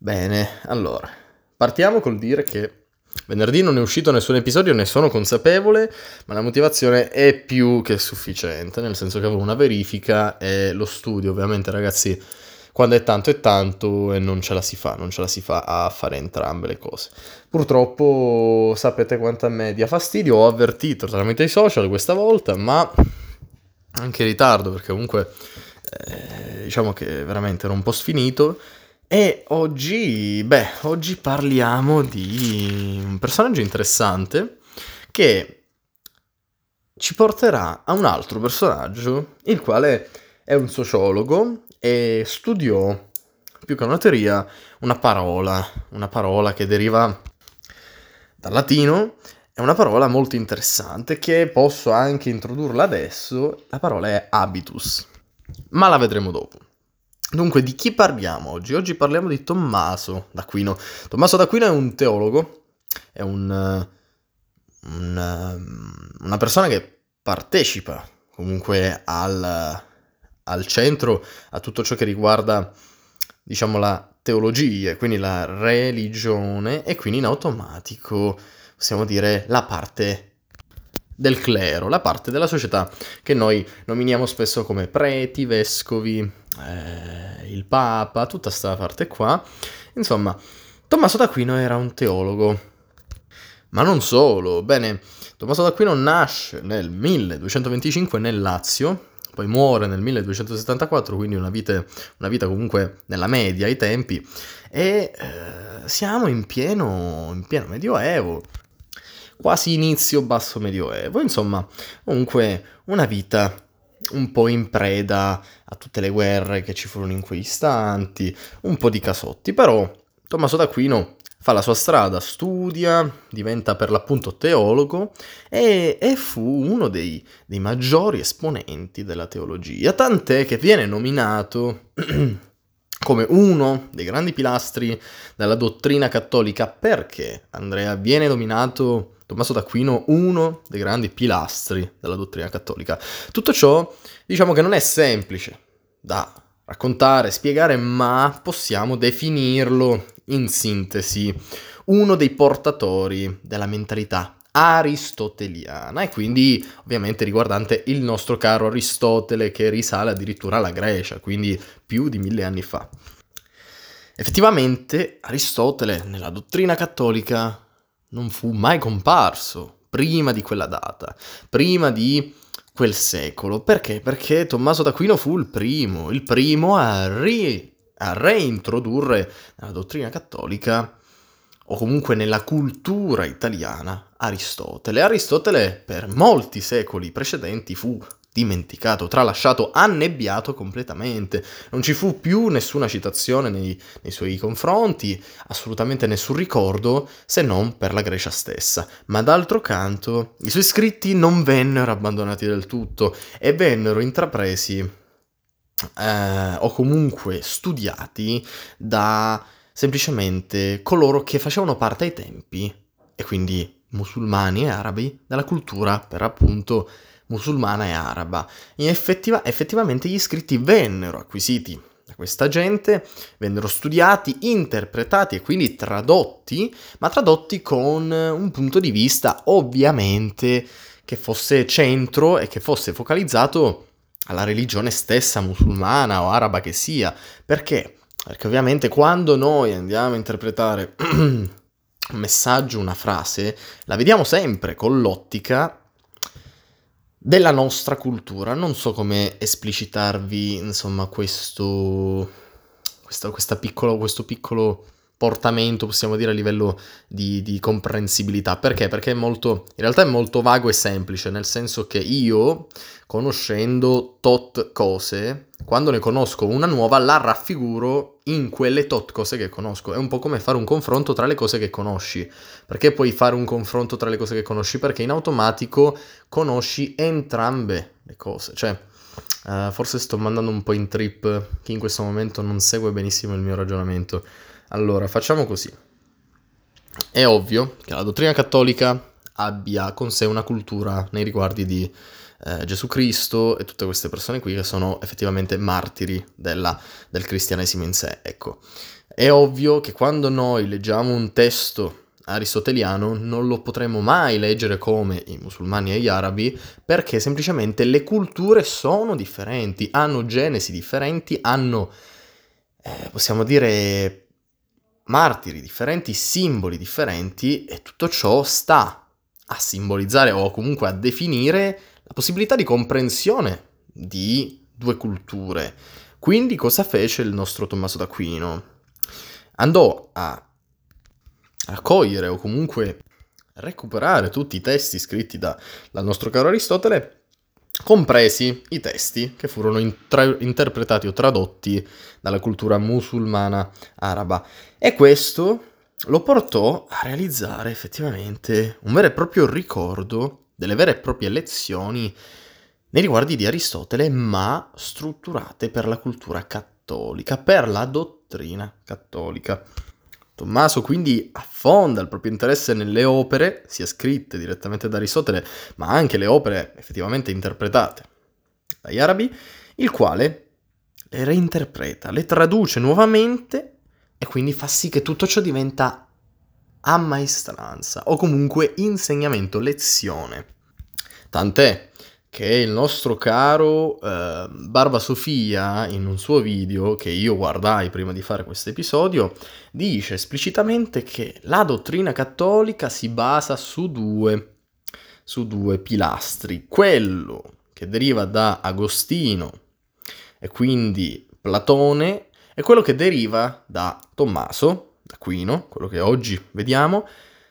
Bene, allora, partiamo col dire che venerdì non è uscito nessun episodio, ne sono consapevole, ma la motivazione è più che sufficiente, nel senso che avevo una verifica e lo studio, ovviamente ragazzi, quando è tanto e non ce la si fa a fare entrambe le cose. Purtroppo sapete quanto a me dia fastidio, ho avvertito tramite i social questa volta, ma anche in ritardo perché comunque diciamo che veramente ero un po' sfinito. E oggi parliamo di un personaggio interessante che ci porterà a un altro personaggio, il quale è un sociologo e studiò, più che una teoria, una parola che deriva dal latino, è una parola molto interessante che posso anche introdurla adesso, la parola è habitus, ma la vedremo dopo. Dunque, di chi parliamo oggi? Oggi parliamo di Tommaso d'Aquino. Tommaso d'Aquino è un teologo, è una persona che partecipa comunque al centro, a tutto ciò che riguarda, diciamo, la teologia, quindi la religione, e quindi in automatico possiamo dire la parte del clero, la parte della società che noi nominiamo spesso come preti, vescovi, il Papa, tutta sta parte qua. Insomma, Tommaso d'Aquino era un teologo, ma non solo. Bene, Tommaso d'Aquino nasce nel 1225 nel Lazio, poi muore nel 1274, quindi una vita comunque nella media ai tempi, e siamo in pieno Medioevo, quasi inizio basso Medioevo, insomma, comunque una vita un po' in preda a tutte le guerre che ci furono in quegli istanti, un po' di casotti, però Tommaso d'Aquino fa la sua strada, studia, diventa per l'appunto teologo e fu uno dei maggiori esponenti della teologia, tant'è che viene nominato come uno dei grandi pilastri della dottrina cattolica. Perché, Andrea, viene nominato Tommaso d'Aquino uno dei grandi pilastri della dottrina cattolica? Tutto ciò, diciamo che non è semplice da raccontare, spiegare, ma possiamo definirlo in sintesi uno dei portatori della mentalità aristoteliana, e quindi ovviamente riguardante il nostro caro Aristotele, che risale addirittura alla Grecia, quindi più di 1000 anni fa. Effettivamente Aristotele nella dottrina cattolica non fu mai comparso prima di quella data, prima di quel secolo. Perché? Perché Tommaso d'Aquino fu il primo a reintrodurre nella dottrina cattolica, o comunque nella cultura italiana, Aristotele. Aristotele per molti secoli precedenti fu dimenticato, tralasciato, annebbiato completamente. Non ci fu più nessuna citazione nei suoi confronti, assolutamente nessun ricordo, se non per la Grecia stessa. Ma d'altro canto, i suoi scritti non vennero abbandonati del tutto e vennero intrapresi o comunque studiati da semplicemente coloro che facevano parte ai tempi, e quindi musulmani e arabi, della cultura per appunto musulmana e araba. Effettivamente gli scritti vennero acquisiti da questa gente, vennero studiati, interpretati e quindi tradotti, ma tradotti con un punto di vista ovviamente che fosse centro e che fosse focalizzato alla religione stessa, musulmana o araba che sia. Perché? Perché ovviamente quando noi andiamo a interpretare un messaggio, una frase, la vediamo sempre con l'ottica della nostra cultura. Non so come esplicitarvi, insomma, questo piccolo portamento, possiamo dire, a livello di comprensibilità. Perché? Perché in realtà è molto vago e semplice, nel senso che io, conoscendo tot cose, quando ne conosco una nuova, la raffiguro in quelle tot cose che conosco. È un po' come fare un confronto tra le cose che conosci. Perché puoi fare un confronto tra le cose che conosci? Perché in automatico conosci entrambe le cose. Cioè, forse sto mandando un po' in trip chi in questo momento non segue benissimo il mio ragionamento. Allora, facciamo così. È ovvio che la dottrina cattolica abbia con sé una cultura nei riguardi di Gesù Cristo e tutte queste persone qui che sono effettivamente martiri del cristianesimo in sé, ecco. È ovvio che quando noi leggiamo un testo aristoteliano non lo potremo mai leggere come i musulmani e gli arabi, perché semplicemente le culture sono differenti, hanno genesi differenti, hanno, possiamo dire, martiri differenti, simboli differenti, e tutto ciò sta a simbolizzare o comunque a definire la possibilità di comprensione di due culture. Quindi cosa fece il nostro Tommaso d'Aquino? Andò a raccogliere o comunque recuperare tutti i testi scritti dal nostro caro Aristotele, compresi i testi che furono interpretati o tradotti dalla cultura musulmana araba. E questo lo portò a realizzare effettivamente un vero e proprio ricordo delle vere e proprie lezioni nei riguardi di Aristotele, ma strutturate per la cultura cattolica, per la dottrina cattolica. Tommaso quindi affonda il proprio interesse nelle opere, sia scritte direttamente da Aristotele, ma anche le opere effettivamente interpretate dagli arabi, il quale le reinterpreta, le traduce nuovamente e quindi fa sì che tutto ciò diventa ammaestranza o comunque insegnamento, lezione. Tant'è che il nostro caro Barba Sofia, in un suo video che io guardai prima di fare questo episodio, dice esplicitamente che la dottrina cattolica si basa su due pilastri, quello che deriva da Agostino e quindi Platone, e quello che deriva da Tommaso d'Aquino, quello che oggi vediamo,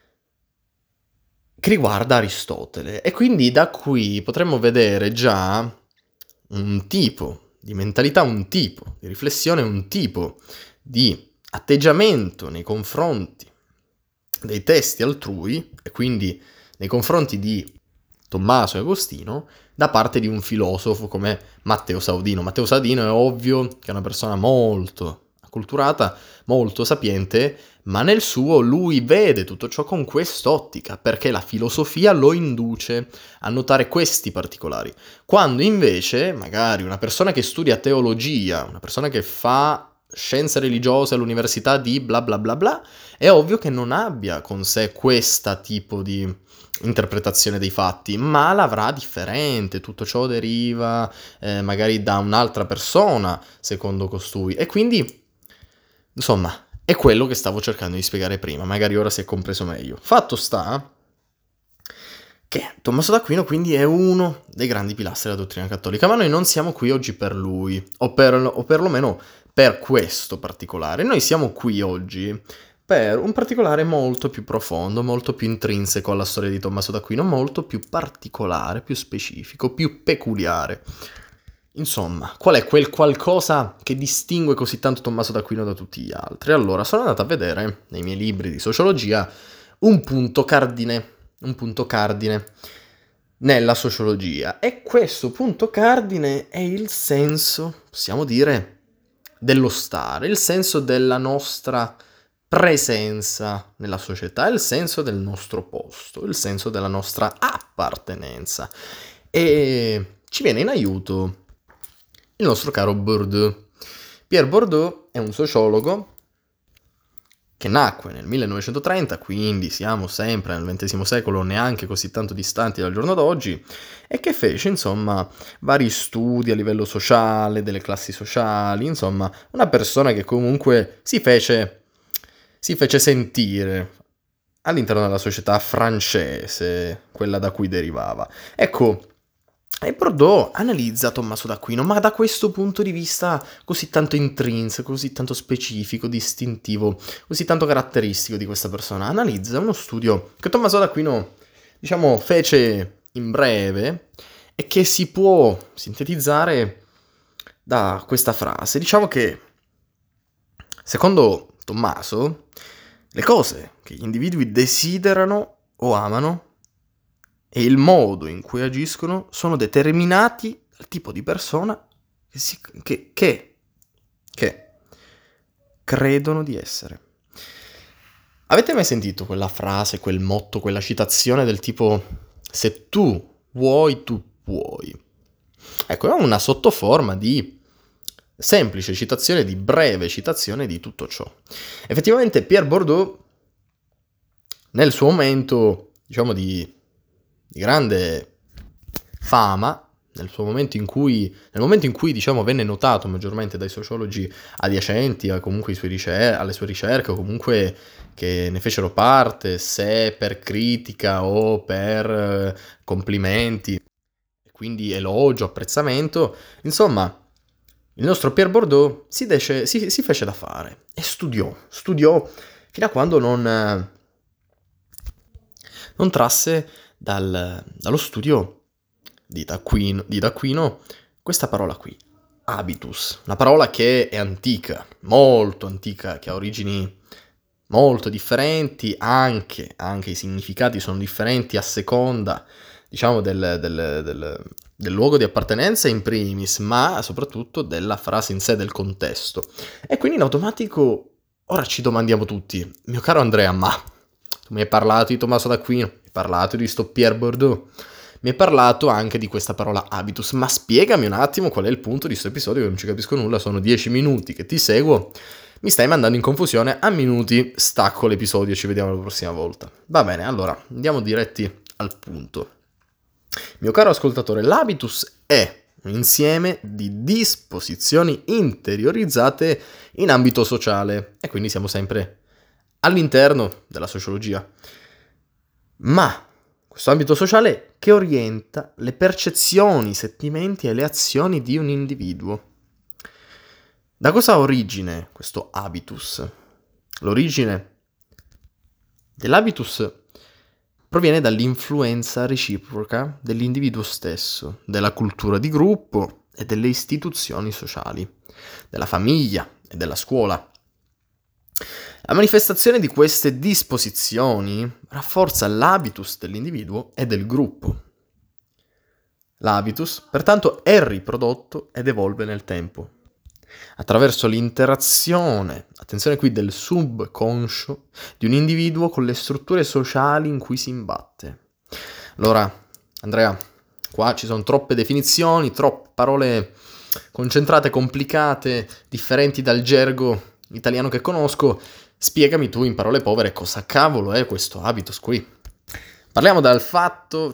che riguarda Aristotele. E quindi da qui potremmo vedere già un tipo di mentalità, un tipo di riflessione, un tipo di atteggiamento nei confronti dei testi altrui, e quindi nei confronti di Tommaso e Agostino, da parte di un filosofo come Matteo Saudino. Matteo Saudino è ovvio che è una persona molto acculturata, molto sapiente, ma nel suo lui vede tutto ciò con quest'ottica, perché la filosofia lo induce a notare questi particolari. Quando invece, magari una persona che studia teologia, una persona che fa scienze religiose all'università di bla bla bla bla, è ovvio che non abbia con sé questo tipo di interpretazione dei fatti, ma l'avrà differente, tutto ciò deriva magari da un'altra persona, secondo costui, e quindi, insomma, è quello che stavo cercando di spiegare prima, magari ora si è compreso meglio. Fatto sta che Tommaso d'Aquino quindi è uno dei grandi pilastri della dottrina cattolica, ma noi non siamo qui oggi per lui, o perlomeno per questo particolare. Noi siamo qui oggi per un particolare molto più profondo, molto più intrinseco alla storia di Tommaso d'Aquino, molto più particolare, più specifico, più peculiare. Insomma, qual è quel qualcosa che distingue così tanto Tommaso d'Aquino da tutti gli altri? Allora, sono andato a vedere nei miei libri di sociologia un punto cardine nella sociologia, e questo punto cardine è il senso, possiamo dire, dello stare, il senso della nostra presenza nella società, il senso del nostro posto, il senso della nostra appartenenza. E ci viene in aiuto il nostro caro Bourdieu. Pierre Bourdieu è un sociologo che nacque nel 1930, quindi siamo sempre nel XX secolo, neanche così tanto distanti dal giorno d'oggi, e che fece, insomma, vari studi a livello sociale, delle classi sociali, insomma, una persona che comunque si fece sentire all'interno della società francese, quella da cui derivava. Ecco, e Bourdieu analizza Tommaso d'Aquino, ma da questo punto di vista così tanto intrinseco, così tanto specifico, distintivo, così tanto caratteristico di questa persona. Analizza uno studio che Tommaso d'Aquino, diciamo, fece in breve e che si può sintetizzare da questa frase. Diciamo che, secondo Tommaso, le cose che gli individui desiderano o amano e il modo in cui agiscono sono determinati dal tipo di persona che credono di essere. Avete mai sentito quella frase, quel motto, quella citazione del tipo se tu vuoi, tu puoi? Ecco, è una sottoforma di semplice citazione, di breve citazione di tutto ciò. Effettivamente Pierre Bourdieu, nel suo momento, diciamo, di grande fama, nel momento in cui diciamo venne notato maggiormente dai sociologi adiacenti a comunque alle sue ricerche, o comunque che ne fecero parte, se per critica o per complimenti, e quindi elogio, apprezzamento, insomma, il nostro Pierre Bourdieu si fece da fare e studiò fino a quando non trasse dallo studio di D'Aquino questa parola qui, habitus, una parola che è antica, molto antica, che ha origini molto differenti, anche i significati sono differenti a seconda, diciamo, del luogo di appartenenza in primis, ma soprattutto della frase in sé, del contesto. E quindi in automatico ora ci domandiamo tutti, mio caro Andrea, ma tu mi hai parlato di Tommaso d'Aquino, mi hai parlato di sto Pierre Bourdieu, mi hai parlato anche di questa parola habitus, ma spiegami un attimo qual è il punto di questo episodio, che non ci capisco nulla, sono 10 minuti che ti seguo, mi stai mandando in confusione, a minuti stacco l'episodio, ci vediamo la prossima volta. Va bene, allora, andiamo diretti al punto. Mio caro ascoltatore, l'habitus è un insieme di disposizioni interiorizzate in ambito sociale, e quindi siamo sempre all'interno della sociologia. Ma questo ambito sociale che orienta le percezioni, i sentimenti e le azioni di un individuo. Da cosa ha origine questo habitus? L'origine dell'habitus proviene dall'influenza reciproca dell'individuo stesso, della cultura di gruppo e delle istituzioni sociali, della famiglia e della scuola. La manifestazione di queste disposizioni rafforza l'habitus dell'individuo e del gruppo. L'habitus, pertanto, è riprodotto ed evolve nel tempo, attraverso l'interazione, attenzione qui, del subconscio di un individuo con le strutture sociali in cui si imbatte. Allora, Andrea, qua ci sono troppe definizioni, troppe parole concentrate, complicate, differenti dal gergo italiano che conosco. Spiegami tu in parole povere cosa cavolo è questo habitus qui. Partiamo dal fatto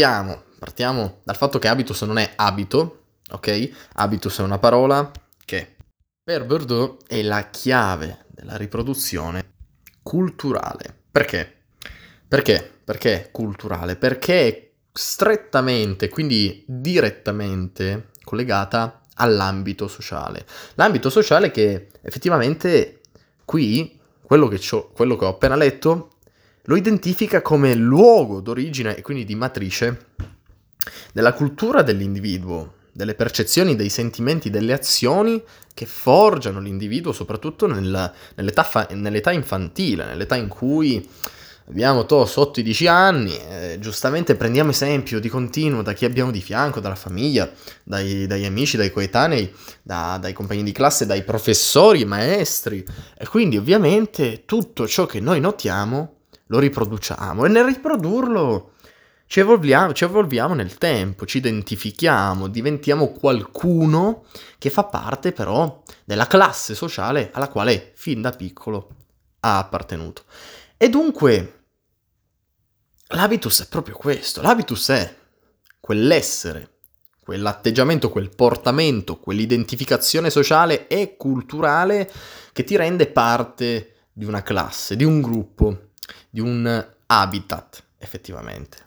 che habitus non è abito, ok? Habitus è una parola che per Bourdieu è la chiave della riproduzione culturale. Perché? Perché culturale? Perché è strettamente, quindi direttamente collegata all'ambito sociale. L'ambito sociale che effettivamente qui, quello che ho appena letto, lo identifica come luogo d'origine e quindi di matrice della cultura dell'individuo, delle percezioni, dei sentimenti, delle azioni che forgiano l'individuo, soprattutto nell'età infantile, nell'età in cui abbiamo sotto i 10 anni, giustamente prendiamo esempio di continuo da chi abbiamo di fianco, dalla famiglia, dagli amici, dai coetanei, dai compagni di classe, dai professori, maestri, e quindi ovviamente tutto ciò che noi notiamo lo riproduciamo, e nel riprodurlo ci evolviamo nel tempo, ci identifichiamo, diventiamo qualcuno che fa parte però della classe sociale alla quale fin da piccolo ha appartenuto. E dunque l'habitus è proprio questo, l'habitus è quell'essere, quell'atteggiamento, quel portamento, quell'identificazione sociale e culturale che ti rende parte di una classe, di un gruppo, di un habitat, effettivamente.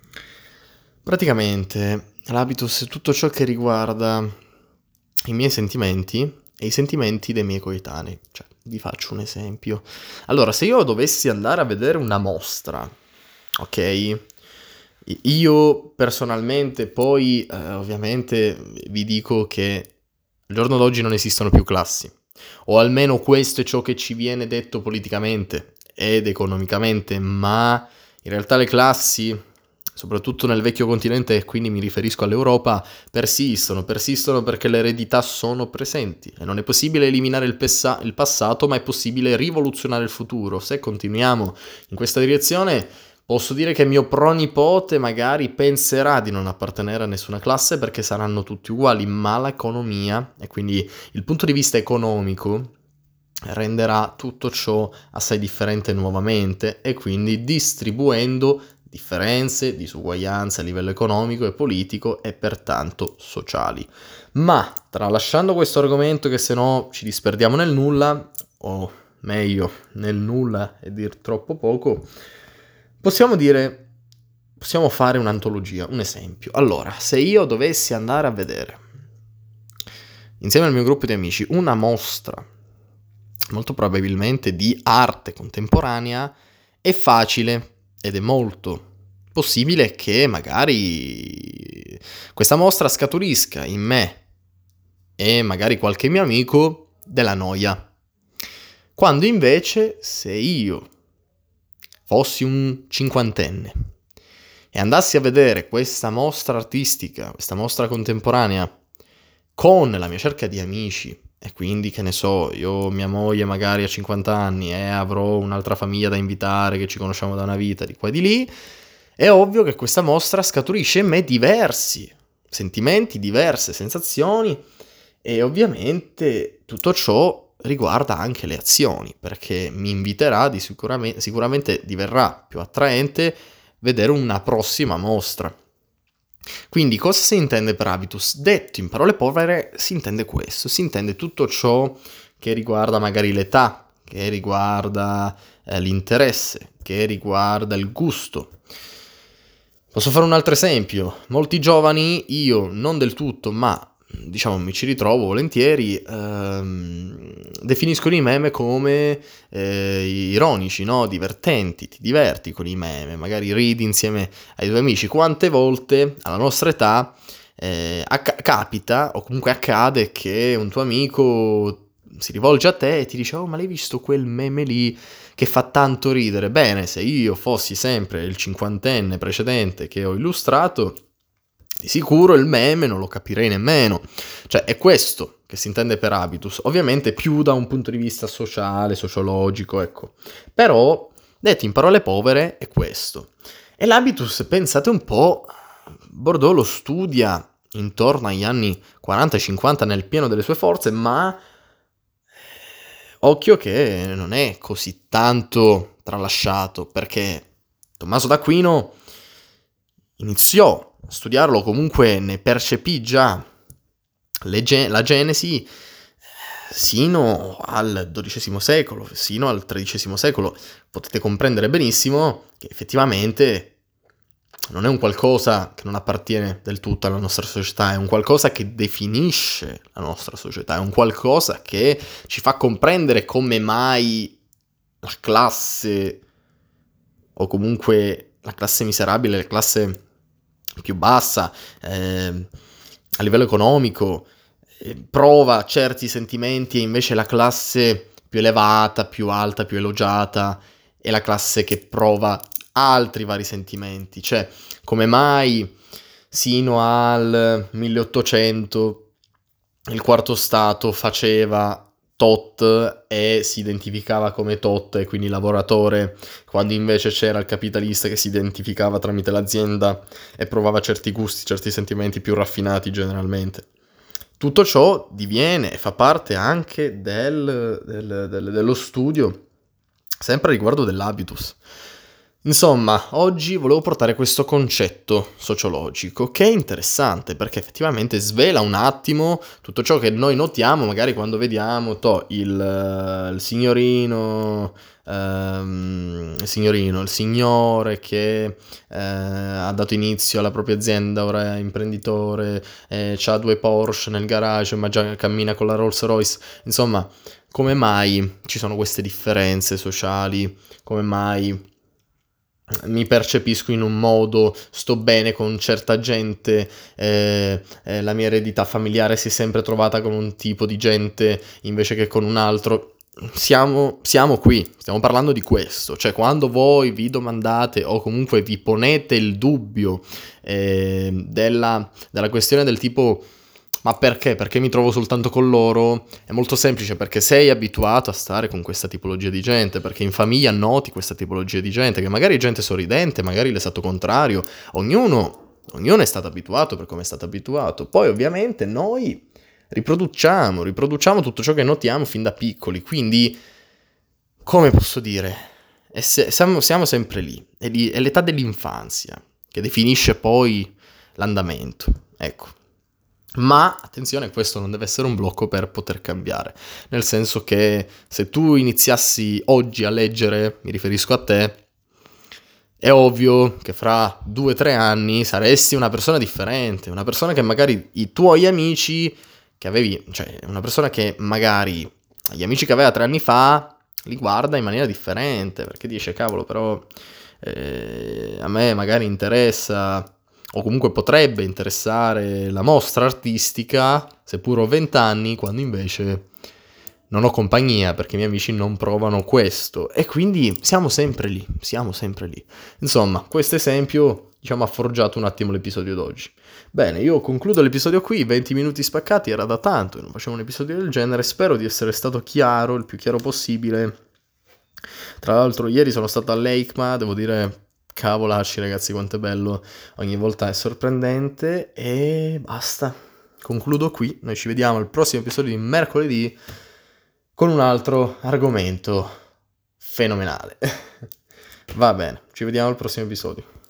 Praticamente l'habitus è tutto ciò che riguarda i miei sentimenti e i sentimenti dei miei coetanei. Cioè, vi faccio un esempio. Allora, se io dovessi andare a vedere una mostra, ok? Io personalmente poi ovviamente vi dico che al giorno d'oggi non esistono più classi, o almeno questo è ciò che ci viene detto politicamente ed economicamente, ma in realtà le classi, soprattutto nel vecchio continente, e quindi mi riferisco all'Europa, persistono perché le eredità sono presenti e non è possibile eliminare il passato, ma è possibile rivoluzionare il futuro. Se continuiamo in questa direzione Posso dire che mio pronipote magari penserà di non appartenere a nessuna classe perché saranno tutti uguali, ma l'economia, e quindi il punto di vista economico, renderà tutto ciò assai differente nuovamente e quindi distribuendo differenze, disuguaglianze a livello economico e politico e pertanto sociali. Ma tralasciando questo argomento, che se no ci disperdiamo nel nulla, o meglio nel nulla e dir troppo poco, possiamo fare un'antologia, un esempio. Allora, se io dovessi andare a vedere insieme al mio gruppo di amici una mostra, molto probabilmente di arte contemporanea, è facile ed è molto possibile che magari questa mostra scaturisca in me e magari qualche mio amico della noia. Quando invece, se io fossi un cinquantenne e andassi a vedere questa mostra artistica, questa mostra contemporanea, con la mia cerchia di amici, e quindi, che ne so, io, mia moglie magari a 50 anni e avrò un'altra famiglia da invitare che ci conosciamo da una vita di qua e di lì, è ovvio che questa mostra scaturisce in me diversi sentimenti, diverse sensazioni, e ovviamente tutto ciò riguarda anche le azioni, perché mi inviterà sicuramente diverrà più attraente vedere una prossima mostra. Quindi cosa si intende per habitus? Detto in parole povere si intende questo, si intende tutto ciò che riguarda magari l'età, che riguarda l'interesse, che riguarda il gusto. Posso fare un altro esempio. Molti giovani, io non del tutto, ma diciamo mi ci ritrovo volentieri, definiscono i meme come ironici, no? Divertenti, ti diverti con i meme, magari ridi insieme ai tuoi amici. Quante volte alla nostra età capita, o comunque accade, che un tuo amico si rivolge a te e ti dice: oh, ma l'hai visto quel meme lì che fa tanto ridere? Bene, se io fossi sempre il cinquantenne precedente che ho illustrato, di sicuro il meme non lo capirei nemmeno. Cioè, è questo che si intende per habitus, ovviamente più da un punto di vista sociale, sociologico, ecco. Però, detto in parole povere, è questo. E l'habitus, pensate un po', Bourdieu lo studia intorno agli anni 40 e 50 nel pieno delle sue forze, ma occhio che non è così tanto tralasciato, perché Tommaso d'Aquino iniziò a studiarlo, comunque ne percepì già la genesi sino al XII secolo, sino al XIII secolo. Potete comprendere benissimo che effettivamente non è un qualcosa che non appartiene del tutto alla nostra società, è un qualcosa che definisce la nostra società, è un qualcosa che ci fa comprendere come mai la classe, o comunque la classe miserabile, la classe più bassa, a livello economico, prova certi sentimenti, e invece la classe più elevata, più alta, più elogiata è la classe che prova altri vari sentimenti. Cioè, come mai sino al 1800 il quarto stato faceva tot e si identificava come tot, e quindi lavoratore, quando invece c'era il capitalista che si identificava tramite l'azienda e provava certi gusti, certi sentimenti più raffinati generalmente. Tutto ciò diviene e fa parte anche dello studio, sempre riguardo dell'habitus. Insomma, oggi volevo portare questo concetto sociologico che è interessante, perché effettivamente svela un attimo tutto ciò che noi notiamo magari quando vediamo il signorino, il signore che ha dato inizio alla propria azienda, ora è imprenditore, ha 2 Porsche nel garage, ma già cammina con la Rolls Royce. Insomma, come mai ci sono queste differenze sociali? Come mai mi percepisco in un modo, sto bene con certa gente, la mia eredità familiare si è sempre trovata con un tipo di gente invece che con un altro? Siamo qui, stiamo parlando di questo. Cioè, quando voi vi domandate o comunque vi ponete il dubbio della questione del tipo: Ma perché? Perché mi trovo soltanto con loro? È molto semplice, perché sei abituato a stare con questa tipologia di gente, perché in famiglia noti questa tipologia di gente, che magari è gente sorridente, magari l'esatto contrario, ognuno è stato abituato per come è stato abituato. Poi ovviamente noi riproduciamo tutto ciò che notiamo fin da piccoli, quindi, come posso dire, siamo sempre lì, è l'età dell'infanzia che definisce poi l'andamento, ecco. Ma attenzione, questo non deve essere un blocco per poter cambiare, nel senso che se tu iniziassi oggi a leggere, mi riferisco a te, è ovvio che fra 2 o 3 anni saresti una persona differente, una persona che magari i tuoi amici che avevi, cioè una persona che magari gli amici che aveva 3 anni fa li guarda in maniera differente, perché dice cavolo, però a me magari interessa o comunque potrebbe interessare la mostra artistica, seppur ho 20 anni, quando invece non ho compagnia perché i miei amici non provano questo. E quindi siamo sempre lì, siamo sempre lì. Insomma, questo esempio, diciamo, ha forgiato un attimo l'episodio d'oggi. Bene, io concludo l'episodio qui, 20 minuti spaccati, era da tanto, non facevo un episodio del genere, spero di essere stato chiaro, il più chiaro possibile. Tra l'altro ieri sono stato all'EICMA, devo dire, cavolacci ragazzi, quanto è bello, ogni volta è sorprendente e basta. Concludo qui, noi ci vediamo al prossimo episodio di mercoledì con un altro argomento fenomenale. Va bene, ci vediamo al prossimo episodio.